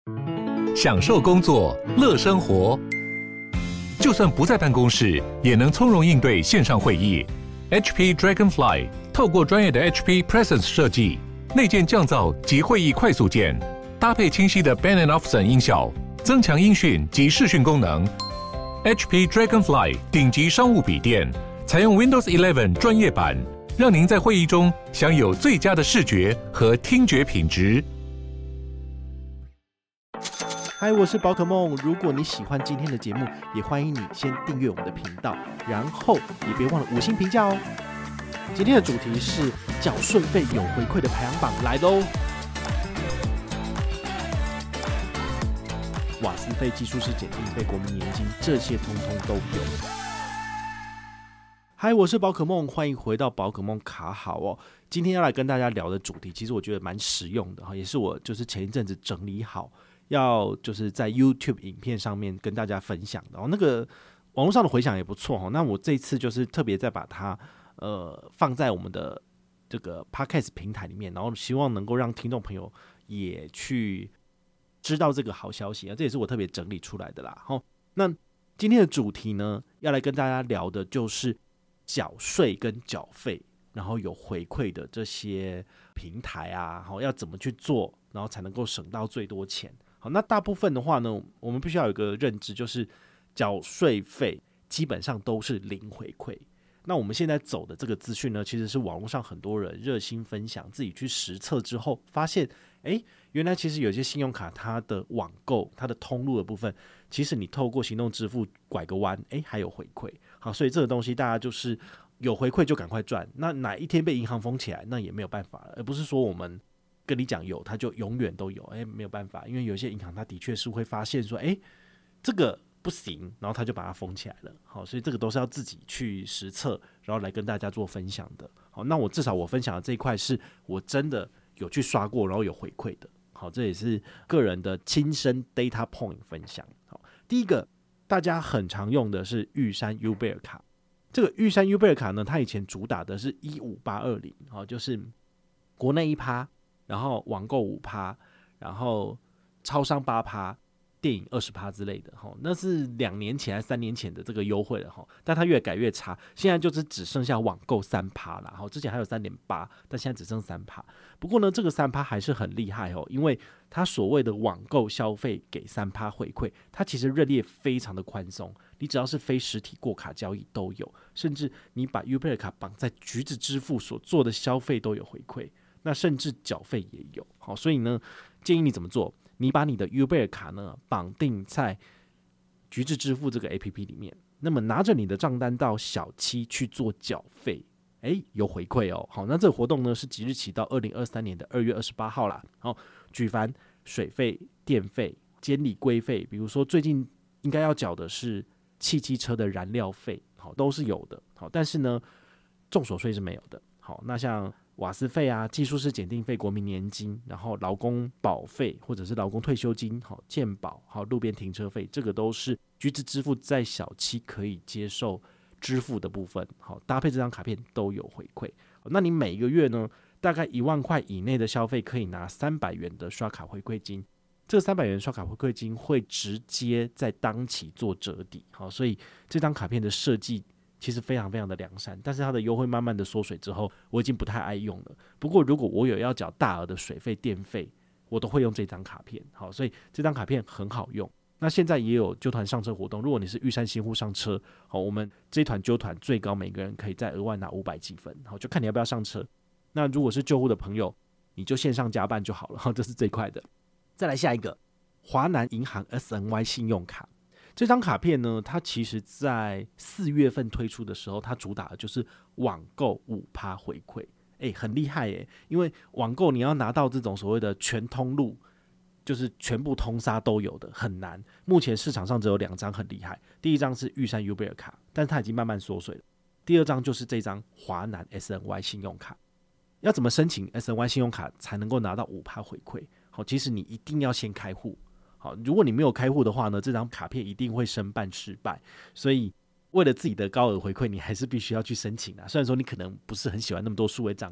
享受工作，乐生活。就算不在办公室，也能从容应对线上会议。HP Dragonfly 透过专业的 HP Presence 设计，内建降噪及会议快速键，搭配清晰的 Bang & Olufsen 音效，增强音讯及视讯功能。HP Dragonfly 顶级商务笔电，采用 Windows 11专业版，让您在会议中享有最佳的视觉和听觉品质。 嗨，我是宝可梦。如果你喜欢今天的节目，也欢迎你先订阅我们的频道，然后也别忘了5星评价哦。今天的主题是缴税费有回馈的排行榜来喽。瓦斯费、技术师检定费、国民年金，这些通通都有。嗨，我是宝可梦，欢迎回到宝可梦卡好哦。今天要来跟大家聊的主题，其实我觉得蛮实用的，也是我就是前一阵子整理好，要就是在 YouTube 影片上面跟大家分享的。那个网络上的回响也不错，那我这次就是特别再把它放在我们的这个 Podcast 平台里面，然后希望能够让听众朋友也去知道这个好消息，这也是我特别整理出来的啦。那今天的主题呢，要来跟大家聊的就是缴税跟缴费，然后有回馈的这些平台啊，要怎么去做，然后才能够省到最多钱。好，那大部分的话呢，我们必须要有一个认知，就是缴税费基本上都是零回馈。那我们现在走的这个资讯呢，其实是网络上很多人热心分享，自己去实测之后发现，原来其实有些信用卡它的网购、它的通路的部分，其实你透过行动支付拐个弯，还有回馈。好，所以这个东西大家就是有回馈就赶快赚。那哪一天被银行封起来，那也没有办法了，而不是说我们跟你讲有，它就永远都有。没有办法，因为有些银行它的确是会发现说，这个不行，然后他就把它封起来了。好，所以这个都是要自己去实测，然后来跟大家做分享的。好，那至少我分享的这一块是我真的有去刷过，然后有回馈的。好，这也是个人的亲身 data point 分享。好，第一个大家很常用的是玉山 Uber 卡。这个玉山 Uber 卡呢，它以前主打的是15820，好，就是国内1%，然后网购5%，然后超商8%。电影20%之类的，那是2年前还是3年前的这个优惠了，但它越改越差，现在就是只剩下网购3%啦，之前还有3.8%，但现在只剩3%。不过呢，这个3%还是很厉害，因为它所谓的网购消费给3%回馈，它其实认列非常的宽松，你只要是非实体过卡交易都有，甚至你把 Uber 卡绑在橘子支付所做的消费都有回馈，那甚至缴费也有。好，所以呢，建议你怎么做？你把你的 Uber 卡呢绑定在橘子支付这个 APP 里面，那么拿着你的账单到小七去做缴费，有回馈哦。好，那这个活动呢是即日起到2023年的2月28号啦。好，举凡水费、电费、监理规费，比如说最近应该要缴的是汽机车的燃料费，好，都是有的。好，但是呢，重所税是没有的。好，那像瓦斯费啊、技术师检定费、国民年金，然后劳工保费或者是劳工退休金、健保、路边停车费，这个都是橘子支付在小七可以接受支付的部分。好，搭配这张卡片都有回馈。那你每个月呢，大概1万块以内的消费可以拿300元的刷卡回馈金，这个300元刷卡回馈金会直接在当期做折抵。好，所以这张卡片的设计其实非常非常的良善，但是它的优惠慢慢的缩水之后，我已经不太爱用了。不过如果我有要缴大额的水费、电费，我都会用这张卡片。好，所以这张卡片很好用。那现在也有揪团上车活动，如果你是玉山新户上车，好，我们这一团揪团最高每个人可以再额外拿500积分，好，就看你要不要上车。那如果是旧户的朋友，你就线上加办就好了，这是最快的。再来下一个，华南银行 SNY 信用卡。这张卡片呢，它其实在4月份推出的时候，它主打的就是网购5%回馈，很厉害耶！因为网购你要拿到这种所谓的全通路，就是全部通杀都有的，很难。目前市场上只有2张很厉害，第一张是玉山 Uber 卡，但是它已经慢慢缩水了。第二张就是这张华南 SNY 信用卡。要怎么申请 SNY 信用卡才能够拿到5%回馈？好，其实你一定要先开户。好，如果你没有开户的话呢，这张卡片一定会申办失败，所以为了自己的高额回馈，你还是必须要去申请啊。虽然说你可能不是很喜欢那么多数位账户，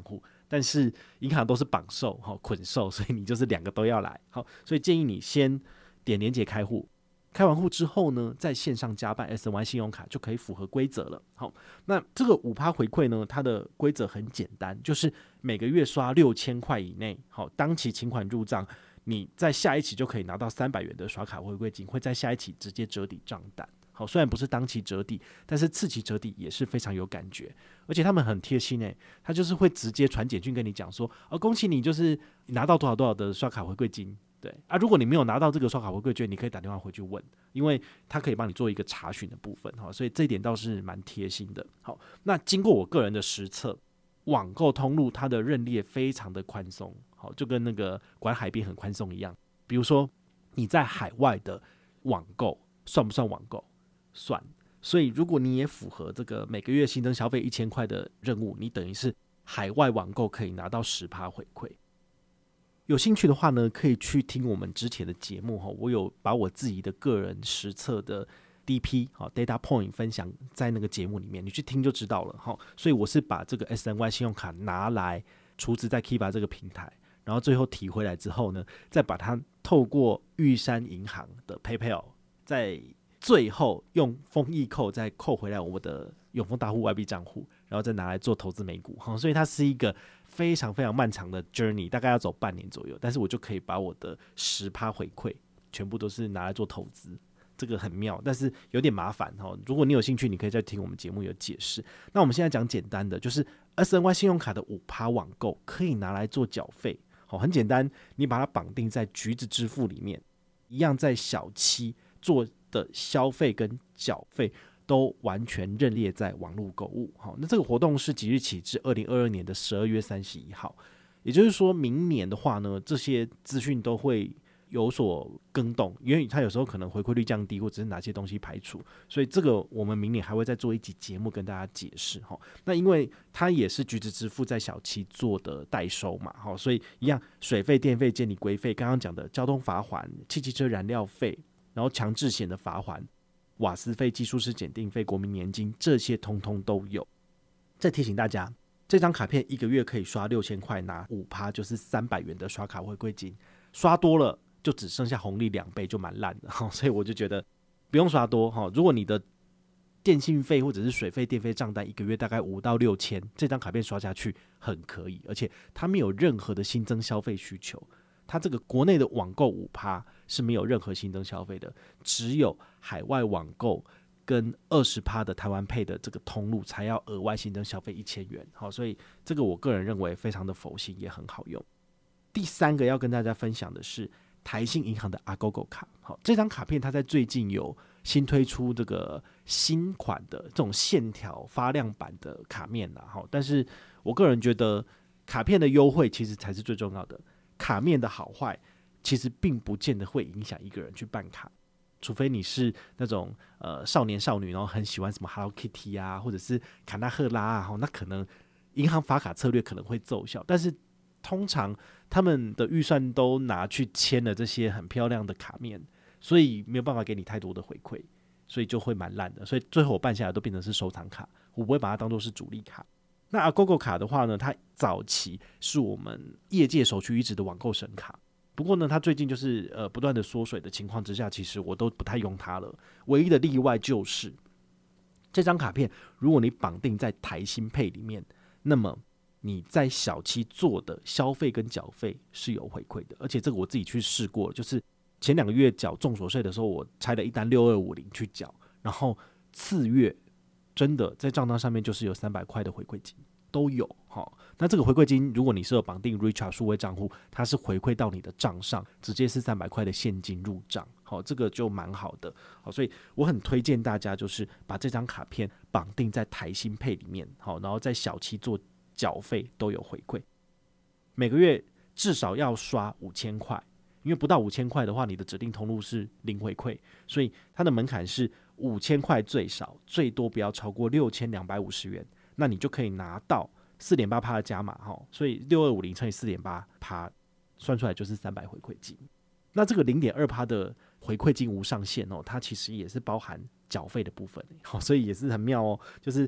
但是银行都是绑售捆售，所以你就是2个都要来。好，所以建议你先点连结开户，开完户之后呢，在线上加办 SNY 信用卡就可以符合规则了。好，那这个5%回馈呢，它的规则很简单，就是每个月刷6000块以内，好，当期请款入账，你在下一期就可以拿到300元的刷卡回馈金，会在下一期直接折抵账单。好，虽然不是当期折抵，但是次期折抵也是非常有感觉，而且他们很贴心他就是会直接传简讯跟你讲说，恭喜你就是拿到多少多少的刷卡回馈金。对啊，如果你没有拿到这个刷卡回馈券，你可以打电话回去问，因为他可以帮你做一个查询的部分，所以这一点倒是蛮贴心的。好，那经过我个人的实测，网购通路它的认列非常的宽松，好，就跟那个管海边很宽松一样。比如说你在海外的网购算不算网购？算。所以如果你也符合这个每个月新增消费1000块的任务，你等于是海外网购可以拿到10%回馈。有兴趣的话呢，可以去听我们之前的节目，我有把我自己的个人实测的 DP data point 分享在那个节目里面，你去听就知道了。所以我是把这个 SNY 信用卡拿来储值在 Kiva 这个平台，然后最后提回来之后呢，再把它透过玉山银行的 PayPal， 在最后用丰益扣再扣回来我的永丰大户外币账户，然后再拿来做投资美股。所以它是一个非常非常漫长的 journey， 大概要走半年左右，但是我就可以把我的10%回馈全部都是拿来做投资，这个很妙，但是有点麻烦。如果你有兴趣，你可以再听我们节目有解释。那我们现在讲简单的，就是 SNY 信用卡的5%网购可以拿来做缴费，很简单，你把它绑定在橘子支付里面，一样在小七做的消费跟缴费都完全认列在网络购物。好，那这个活动是即日起至2022年的12月31号，也就是说明年的话呢，这些资讯都会有所更动，因为它有时候可能回馈率降低，或者是哪些东西排除，所以这个我们明年还会再做一集节目跟大家解释。那因为它也是橘子支付在小七做的代收嘛，所以一样水费、电费、监理规费，刚刚讲的交通罚锾、汽车燃料费，然后强制险的罚锾、瓦斯费、技术师检定费、国民年金，这些通通都有。再提醒大家，这张卡片1个月可以刷6000块，拿5%，就是300元的刷卡回馈金，刷多了就只剩下红利2倍，就蛮烂的。所以我就觉得不用刷多。如果你的电信费或者是水费、电费账单1个月大概5到6千，这张卡片刷下去很可以，而且它没有任何的新增消费需求。它这个国内的网购5%是没有任何新增消费的，只有海外网购跟20%的台湾配的这个通路才要额外新增消费1000元。好，所以这个我个人认为非常的佛心，也很好用。第3个要跟大家分享的是台新银行的 Agogo 卡。好，这张卡片它在最近有新推出这个新款的这种线条发亮版的卡面啦。但是我个人觉得卡片的优惠其实才是最重要的，卡面的好坏其实并不见得会影响一个人去办卡，除非你是那种少年少女，然后很喜欢什么 Hello Kitty 啊，或者是卡纳赫拉啊，那可能银行发卡策略可能会奏效，但是通常他们的预算都拿去签了这些很漂亮的卡面，所以没有办法给你太多的回馈，所以就会蛮烂的。所以最后我办下来都变成是收藏卡，我不会把它当作是主力卡。那 Agogo 卡的话呢，它早期是我们业界首屈一指的网购神卡，不过呢，它最近就是不断的缩水的情况之下，其实我都不太用它了。唯一的例外就是这张卡片，如果你绑定在台新配里面，那么你在小七做的消费跟缴费是有回馈的，而且这个我自己去试过，就是前2个月缴重所税的时候，我拆了一单6250去缴，然后次月真的在账单上面就是有300块的回馈金都有。那这个回馈金如果你是有绑定 Richard 数位账户，它是回馈到你的账上，直接是300块的现金入账，这个就蛮好的。所以我很推荐大家就是把这张卡片绑定在台新配里面，然后在小七做缴费都有回馈，每个月至少要刷5000块，因为不到5000块的话，你的指定通路是零回馈，所以它的门槛是5000块最少，最多不要超过6250元，那你就可以拿到4.8% 的加码，所以6250乘以4.8%算出来就是300回馈金。那这个 0.2% 的回馈金无上限它其实也是包含缴费的部分，所以也是很妙就是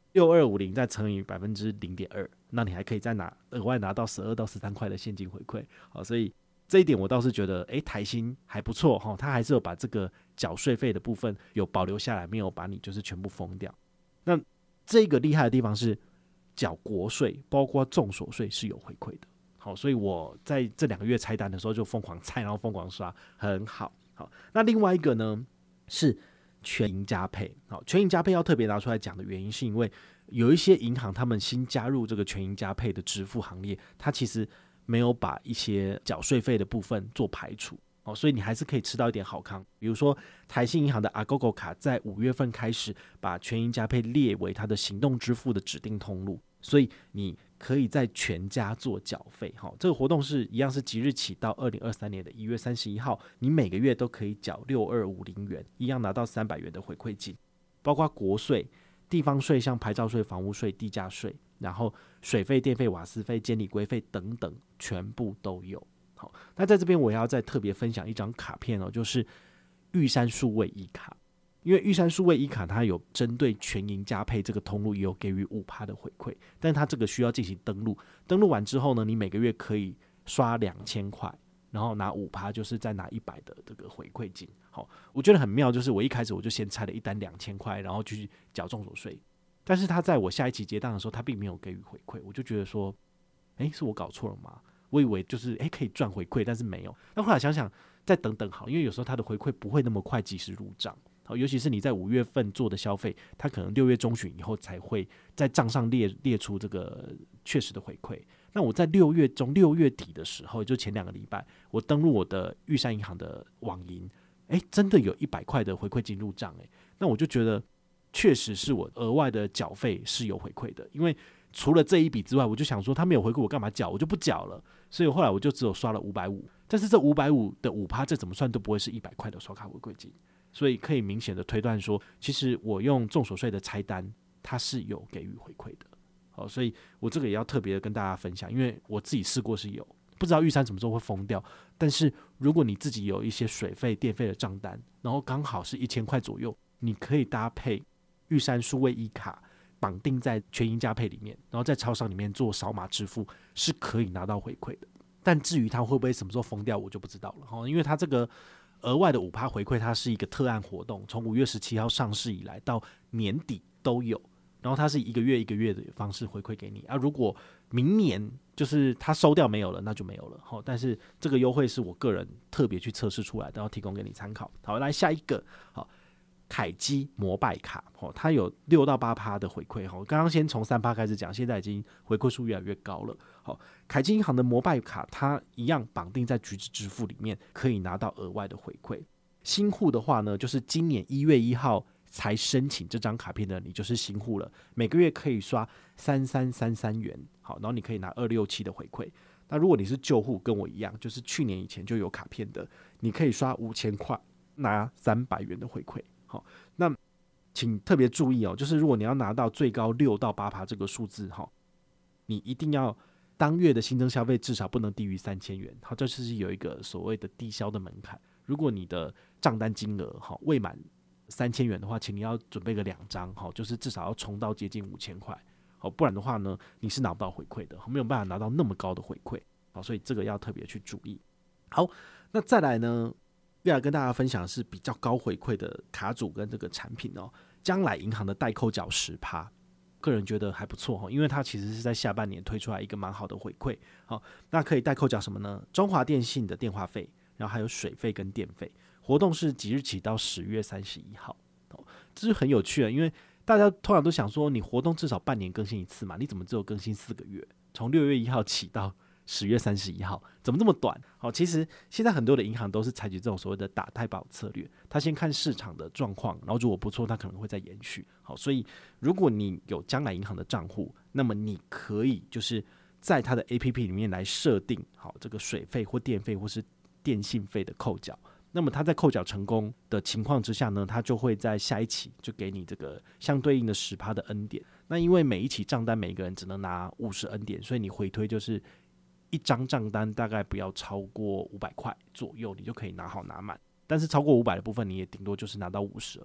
6250再乘以 0.2%， 那你还可以再额外拿到12到13块的现金回馈。好，所以这一点我倒是觉得台新还不错，他还是有把这个缴税费的部分有保留下来，没有把你就是全部封掉。那这个厉害的地方是缴国税包括综所税是有回馈的。好，所以我在这2个月拆单的时候就疯狂拆，然后疯狂刷，很好。好，那另外一个呢是全银加配。好，全银加配要特别拿出来讲的原因，是因为有一些银行他们新加入这个全银加配的支付行列，它其实没有把一些缴税费的部分做排除。所以你还是可以吃到一点好康。比如说台新银行的 Agogo 卡在5月份开始把全银加配列为它的行动支付的指定通路，所以你可以在全家做缴费。这个活动是一样，是即日起到2023年的1月31号，你每个月都可以缴6250元，一样拿到300元的回馈金，包括国税、地方税，像牌照税、房屋税、地价税，然后水费、电费、瓦斯费、监理规费等等，全部都有。好，那在这边我也要再特别分享一张卡片就是玉山数位 e 卡。因为玉山数位 e 卡它有针对全银加配这个通路也有给予 5% 的回馈，但它这个需要进行登录，登录完之后呢，你每个月可以刷2000块，然后拿 5%， 就是再拿100的这个回馈金。好，我觉得很妙，就是我一开始我就先拆了一单2000块，然后去缴综所税，但是他在我下一期结账的时候他并没有给予回馈，我就觉得说是我搞错了吗？我以为就是可以赚回馈，但是没有。那后来想想再等等好，因为有时候它的回馈不会那么快及时入账。好，尤其是你在5月份做的消费，它可能6月中旬以后才会在账上列出这个确实的回馈。那我在6月中6月底的时候，就前2个礼拜，我登录我的玉山银行的网银，真的有100块的回馈金入账。那我就觉得确实是我额外的缴费是有回馈的，因为除了这一笔之外，我就想说他没有回馈我干嘛缴，我就不缴了。所以后来我就只有刷了550，但是这550的 5%， 这怎么算都不会是100块的刷卡回馈金，所以可以明显的推断说，其实我用综所税的拆单它是有给予回馈的。好，所以我这个也要特别的跟大家分享，因为我自己试过是有，不知道玉山什么时候会封掉，但是如果你自己有一些水费电费的账单，然后刚好是1000块左右，你可以搭配玉山数位 e 卡绑定在全银加配里面，然后在超商里面做扫码支付，是可以拿到回馈的。但至于它会不会什么时候封掉，我就不知道了。因为它这个额外的 5% 回馈，它是一个特案活动，从5月17号上市以来到年底都有，然后它是一个月一个月的方式回馈给你。如果明年就是它收掉没有了，那就没有了。但是这个优惠是我个人特别去测试出来的，要提供给你参考。好，来下一个。好，凯基摩拜卡，它有6到8% 的回馈。刚刚先从3% 开始讲，现在已经回馈数越来越高了。凯基银行的摩拜卡它一样绑定在橘子支付里面，可以拿到额外的回馈。新户的话呢，就是今年1月1号才申请这张卡片的你就是新户了，每个月可以刷3333元。好，然后你可以拿267的回馈。那如果你是旧户，跟我一样，就是去年以前就有卡片的，你可以刷5000块，拿300元的回馈。好，那请特别注意就是如果你要拿到最高6到8% 这个数字，你一定要当月的新增消费至少不能低于3000元。好，这是有一个所谓的低消的门槛。如果你的账单金额未满3000元的话，请你要准备个2张，就是至少要冲到接近5000块。好，不然的话呢，你是拿不到回馈的，没有办法拿到那么高的回馈。好，所以这个要特别去注意。好，那再来呢，要来跟大家分享的是比较高回馈的卡组跟这个产品将来银行的代扣缴 10%， 个人觉得还不错，因为它其实是在下半年推出来一个蛮好的回馈。好，那可以代扣缴什么呢？中华电信的电话费，然后还有水费跟电费。活动是即日起到10月31号。这是很有趣的，因为大家通常都想说你活动至少半年更新一次嘛，你怎么只有更新4个月？从6月1号起到10月31号，怎么这么短？好，其实现在很多的银行都是采取这种所谓的打太保策略，他先看市场的状况，然后如果不错，他可能会再延续。好，所以如果你有将来银行的账户，那么你可以就是在它的 APP 里面来设定好这个水费或电费或是电信费的扣缴。那么它在扣缴成功的情况之下呢，它就会在下一期就给你这个相对应的 10% 的 N 点。那因为每一期账单每一个人只能拿50 N 点，所以你回推就是一张账单大概不要超过500块左右，你就可以拿好拿满。但是超过500的部分，你也顶多就是拿到50而已。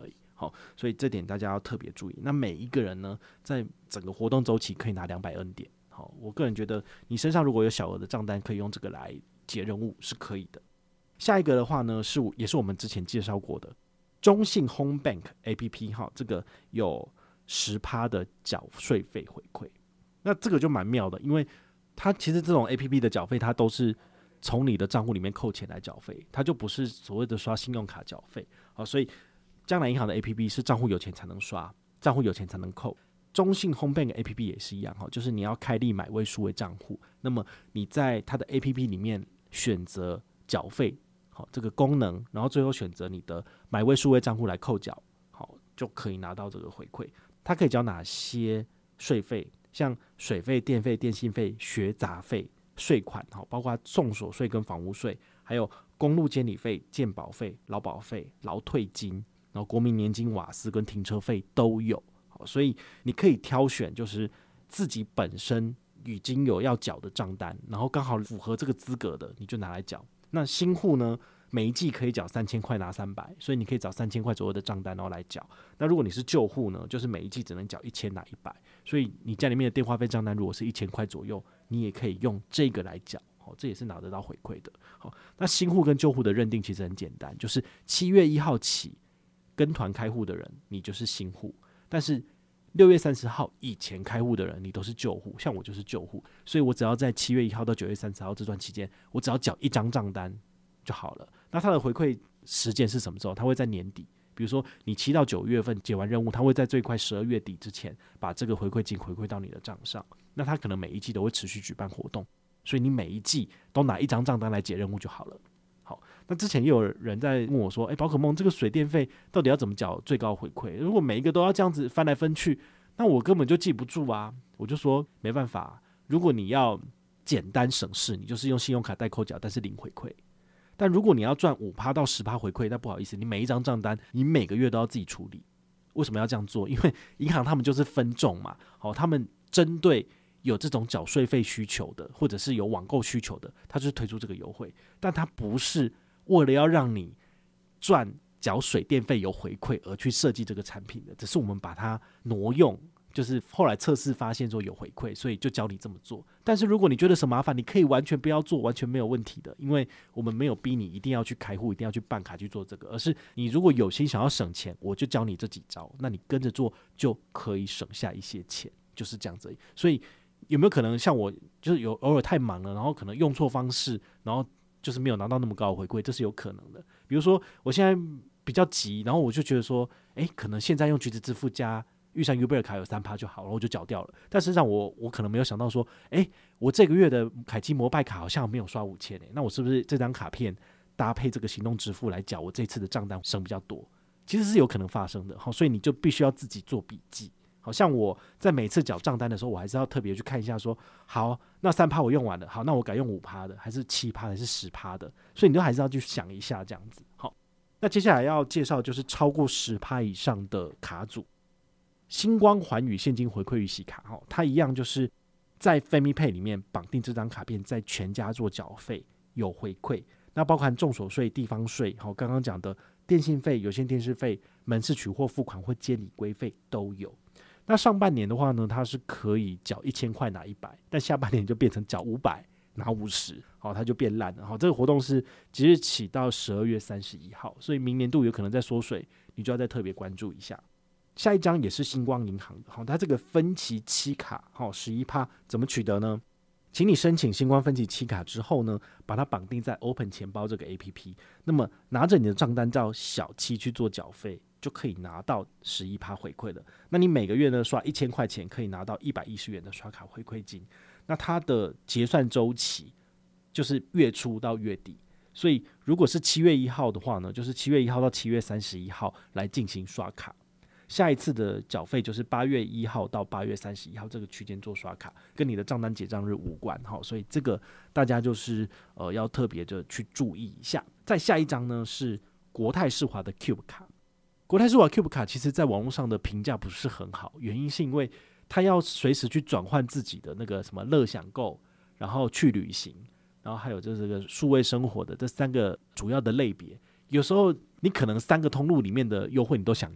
好，所以这点大家要特别注意。那每一个人呢，在整个活动周期可以拿200N点。好，我个人觉得你身上如果有小额的账单，可以用这个来解任务是可以的。下一个的话呢，也是我们之前介绍过的中信 Home Bank APP 哈，这个有10%的缴税费回馈。那这个就蛮妙的，因为它其实这种 APP 的缴费，它都是从你的账户里面扣钱来缴费，它就不是所谓的刷信用卡缴费。好，所以江南银行的 APP 是账户有钱才能刷，账户有钱才能扣。中信 Home Bank APP 也是一样，就是你要开立买威数位账户，那么你在它的 APP 里面选择缴费好这个功能，然后最后选择你的买威数位账户来扣缴，好就可以拿到这个回馈。它可以缴哪些税费？像水费、电费、电信费、学杂费、税款，包括综所税跟房屋税，还有公路监理费、健保费、劳保费、劳退金，然后国民年金、瓦斯跟停车费都有。所以你可以挑选就是自己本身已经有要缴的账单，然后刚好符合这个资格的，你就拿来缴。那新户呢，每一季可以缴3000块拿300，所以你可以找3000块左右的账单然后来缴。那如果你是旧户呢，就是每一季只能缴1000拿100，所以你家里面的电话费账单如果是1000块左右，你也可以用这个来缴。这也是拿得到回馈的。那新户跟旧户的认定其实很简单，就是7月1号起跟团开户的人，你就是新户。但是6月30号以前开户的人，你都是旧户，像我就是旧户，所以我只要在7月1号到9月30号这段期间，我只要缴1张账单就好了。那它的回馈时间是什么时候？它会在年底，比如说你7到9月份解完任务，它会在最快12月底之前把这个回馈金回馈到你的账上。那它可能每一季都会持续举办活动，所以你每一季都拿1张账单来解任务就好了。好，那之前也有人在问我说，宝可梦这个水电费到底要怎么缴最高回馈？如果每一个都要这样子翻来分去，那我根本就记不住啊。我就说没办法，如果你要简单省事，你就是用信用卡代扣缴，但是零回馈。但如果你要赚5%到10%回馈，那不好意思，你每一张账单你每个月都要自己处理。为什么要这样做？因为银行他们就是分众嘛，他们针对有这种缴税费需求的，或者是有网购需求的，他就是推出这个优惠，但他不是为了要让你赚缴水电费有回馈而去设计这个产品的，只是我们把它挪用，就是后来测试发现说有回馈，所以就教你这么做。但是如果你觉得什么麻烦，你可以完全不要做，完全没有问题的，因为我们没有逼你一定要去开户，一定要去办卡去做这个，而是你如果有心想要省钱，我就教你这几招，那你跟着做就可以省下一些钱，就是这样子而已。所以有没有可能像我就是偶尔太忙了，然后可能用错方式，然后就是没有拿到那么高的回馈，这是有可能的。比如说我现在比较急，然后我就觉得说可能现在用橘子支付加玉山 Uber 卡有3%就好，然后我就缴掉了。但事实上我可能没有想到说我这个月的凯基摩拜卡好像没有刷5000那我是不是这张卡片搭配这个行动支付来缴，我这次的账单省比较多？其实是有可能发生的。所以你就必须要自己做笔记。好像我在每次缴账单的时候，我还是要特别去看一下说，好，那3%我用完了，好，那我改用5%的，还是7%还是10%的？所以你都还是要去想一下这样子。好，那接下来要介绍就是超过10%以上的卡组，星光环宇现金回馈预习卡，它一样就是在 FamiPay 里面绑定这张卡片，在全家做缴费有回馈，那包含重所税、地方税，刚刚讲的电信费、有线电视费、门市取货付款或监理规费都有。那上半年的话呢，它是可以缴1000块拿100，但下半年就变成缴500拿50，它就变烂了。这个活动是即日起到12月31号，所以明年度有可能在缩水，你就要再特别关注一下。下一张也是星光银行的，它这个分期期卡 11% 怎么取得呢？请你申请星光分期期卡之后呢，把它绑定在 Open 钱包这个 APP， 那么拿着你的账单到小七去做缴费，就可以拿到 11% 回馈的。那你每个月呢刷1000块钱可以拿到110元的刷卡回馈金。那它的结算周期就是月初到月底，所以如果是7月1号的话呢，就是7月1号到7月31号来进行刷卡。下一次的缴费就是8月1号到8月31号这个区间做刷卡，跟你的账单结账日无关，所以这个大家就是要特别的去注意一下。再下一张呢是国泰世华的 Cube 卡，国泰世华 Cube 卡其实在网络上的评价不是很好，原因是因为它要随时去转换自己的那个什么乐享购，然后去旅行，然后还有就是这个数位生活的这3个主要的类别，有时候你可能3个通路里面的优惠你都想用，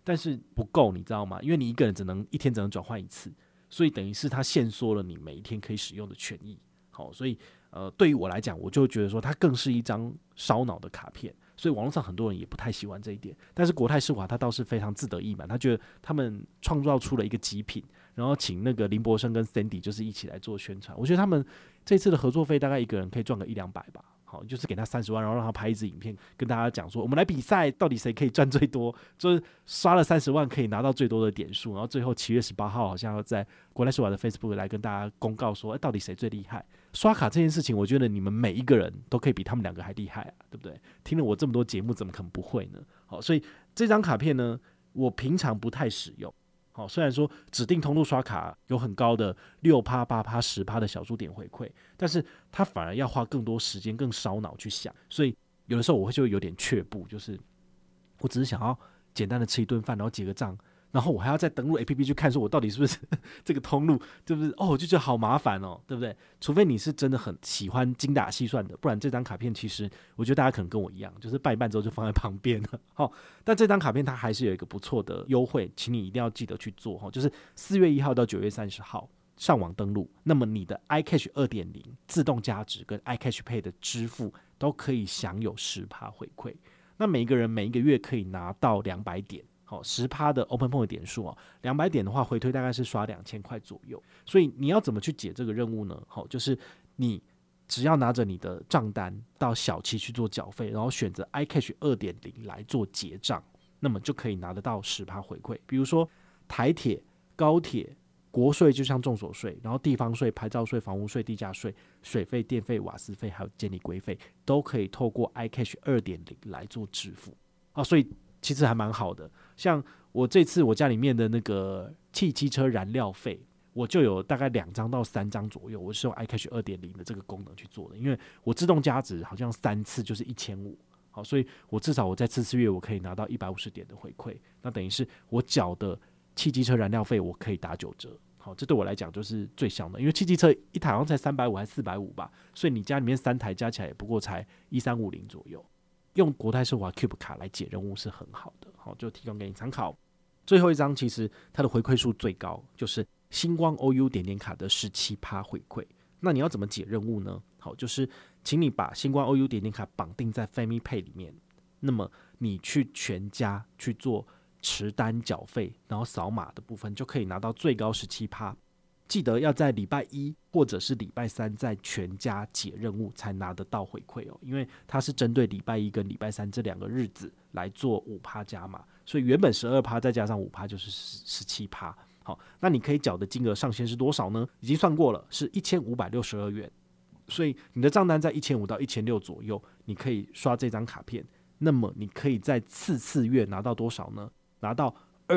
但是不够，你知道吗？因为你一个人一天只能转换一次，所以等于是它限缩了你每一天可以使用的权益。好，所以对于我来讲，我就觉得说它更是一张烧脑的卡片。所以网络上很多人也不太喜欢这一点，但是国泰世华他倒是非常自得意满，他觉得他们创造出了一个极品，然后请那个林柏生跟 Sandy 就是一起来做宣传。我觉得他们这次的合作费大概一个人可以赚个100-200吧。好，就是给他30万，然后让他拍一支影片，跟大家讲说，我们来比赛，到底谁可以赚最多？就是刷了30万可以拿到最多的点数，然后最后7月18号好像要在国泰世华的 Facebook 来跟大家公告说，到底谁最厉害？刷卡这件事情，我觉得你们每一个人都可以比他们两个还厉害啊，对不对？听了我这么多节目，怎么可能不会呢？好，所以这张卡片呢，我平常不太使用。好，虽然说指定通路刷卡有很高的6%、8%、10%的小数点回馈，但是它反而要花更多时间、更烧脑去想，所以有的时候我就有点却步，就是我只是想要简单的吃一顿饭，然后结个账，然后我还要再登录 APP 去看，说我到底是不是这个通路，对不对？我就觉得好麻烦哦，对不对？除非你是真的很喜欢精打细算的，不然这张卡片其实我觉得大家可能跟我一样，就是办一办之后就放在旁边了。好，但这张卡片它还是有一个不错的优惠，请你一定要记得去做，就是4月1号到9月30号上网登录，那么你的 iCash 2.0 自动加值跟 iCash Pay 的支付都可以享有 10% 回馈。那每一个人每一个月可以拿到200点。好，10% 的 Open Point 点数200点的话，回推大概是刷2000块左右。所以你要怎么去解这个任务呢？好，就是你只要拿着你的账单到小七去做缴费，然后选择 iCash 2.0 来做结账，那么就可以拿得到 10% 回馈。比如说台铁、高铁、国税就像重所税，然后地方税、牌照税、房屋税、地价税、水费、电费、瓦斯费还有监理规费，都可以透过 iCash 2.0 来做支付。所以其实还蛮好的，像我这次我家里面的那个汽机车燃料费，我就有大概2张到3张左右，我是用 iCash 2.0 的这个功能去做的，因为我自动加值好像3次就是1500，好，所以我至少我在次月我可以拿到150点的回馈，那等于是我缴的汽机车燃料费我可以打9折，好，这对我来讲就是最香的，因为汽机车一台好像才350还是450吧，所以你家里面3台加起来也不过才1350左右。用国泰世华 Cube 卡来解任务是很好的，好，就提供给你参考。最后一张其实它的回馈数最高，就是星光 OU 点点卡的17% 回馈。那你要怎么解任务呢？好，就是请你把星光 OU 点点卡绑定在 Family Pay 里面，那么你去全家去做持单缴费，然后扫码的部分就可以拿到最高17%。记得要在礼拜1或者是礼拜3在全家解任务才拿得到回馈哦，因为它是针对礼拜1跟礼拜3这2个日子来做5%加码，所以原本12%再加上5%就是17%。好，那你可以缴的金额上限是多少呢？已经算过了，是1562元。所以你的账单在1500到1600左右，你可以刷这张卡片，那么你可以在次月拿到多少呢？拿到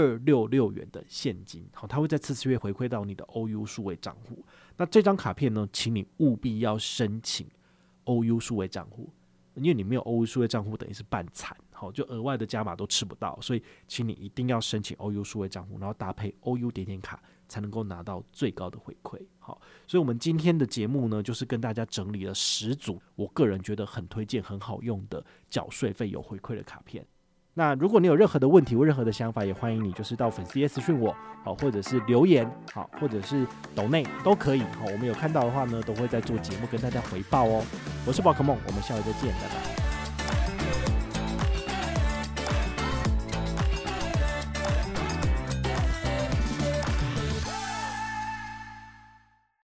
266元的现金，好，它会在次月回馈到你的 OU 数位账户。那这张卡片呢，请你务必要申请 OU 数位账户，因为你没有 OU 数位账户，等于是半残，好，就额外的加码都吃不到，所以请你一定要申请 OU 数位账户，然后搭配 OU 点点卡，才能够拿到最高的回馈。好，所以我们今天的节目呢，就是跟大家整理了10组我个人觉得很推荐、很好用的缴税费有回馈的卡片。那如果你有任何的问题或任何的想法，也欢迎你就是到粉丝页私讯我，好，或者是留言，好，或者是抖内都可以，好，我们有看到的话呢，都会在做节目跟大家回报哦。我是宝可梦，我们下回再见，拜拜。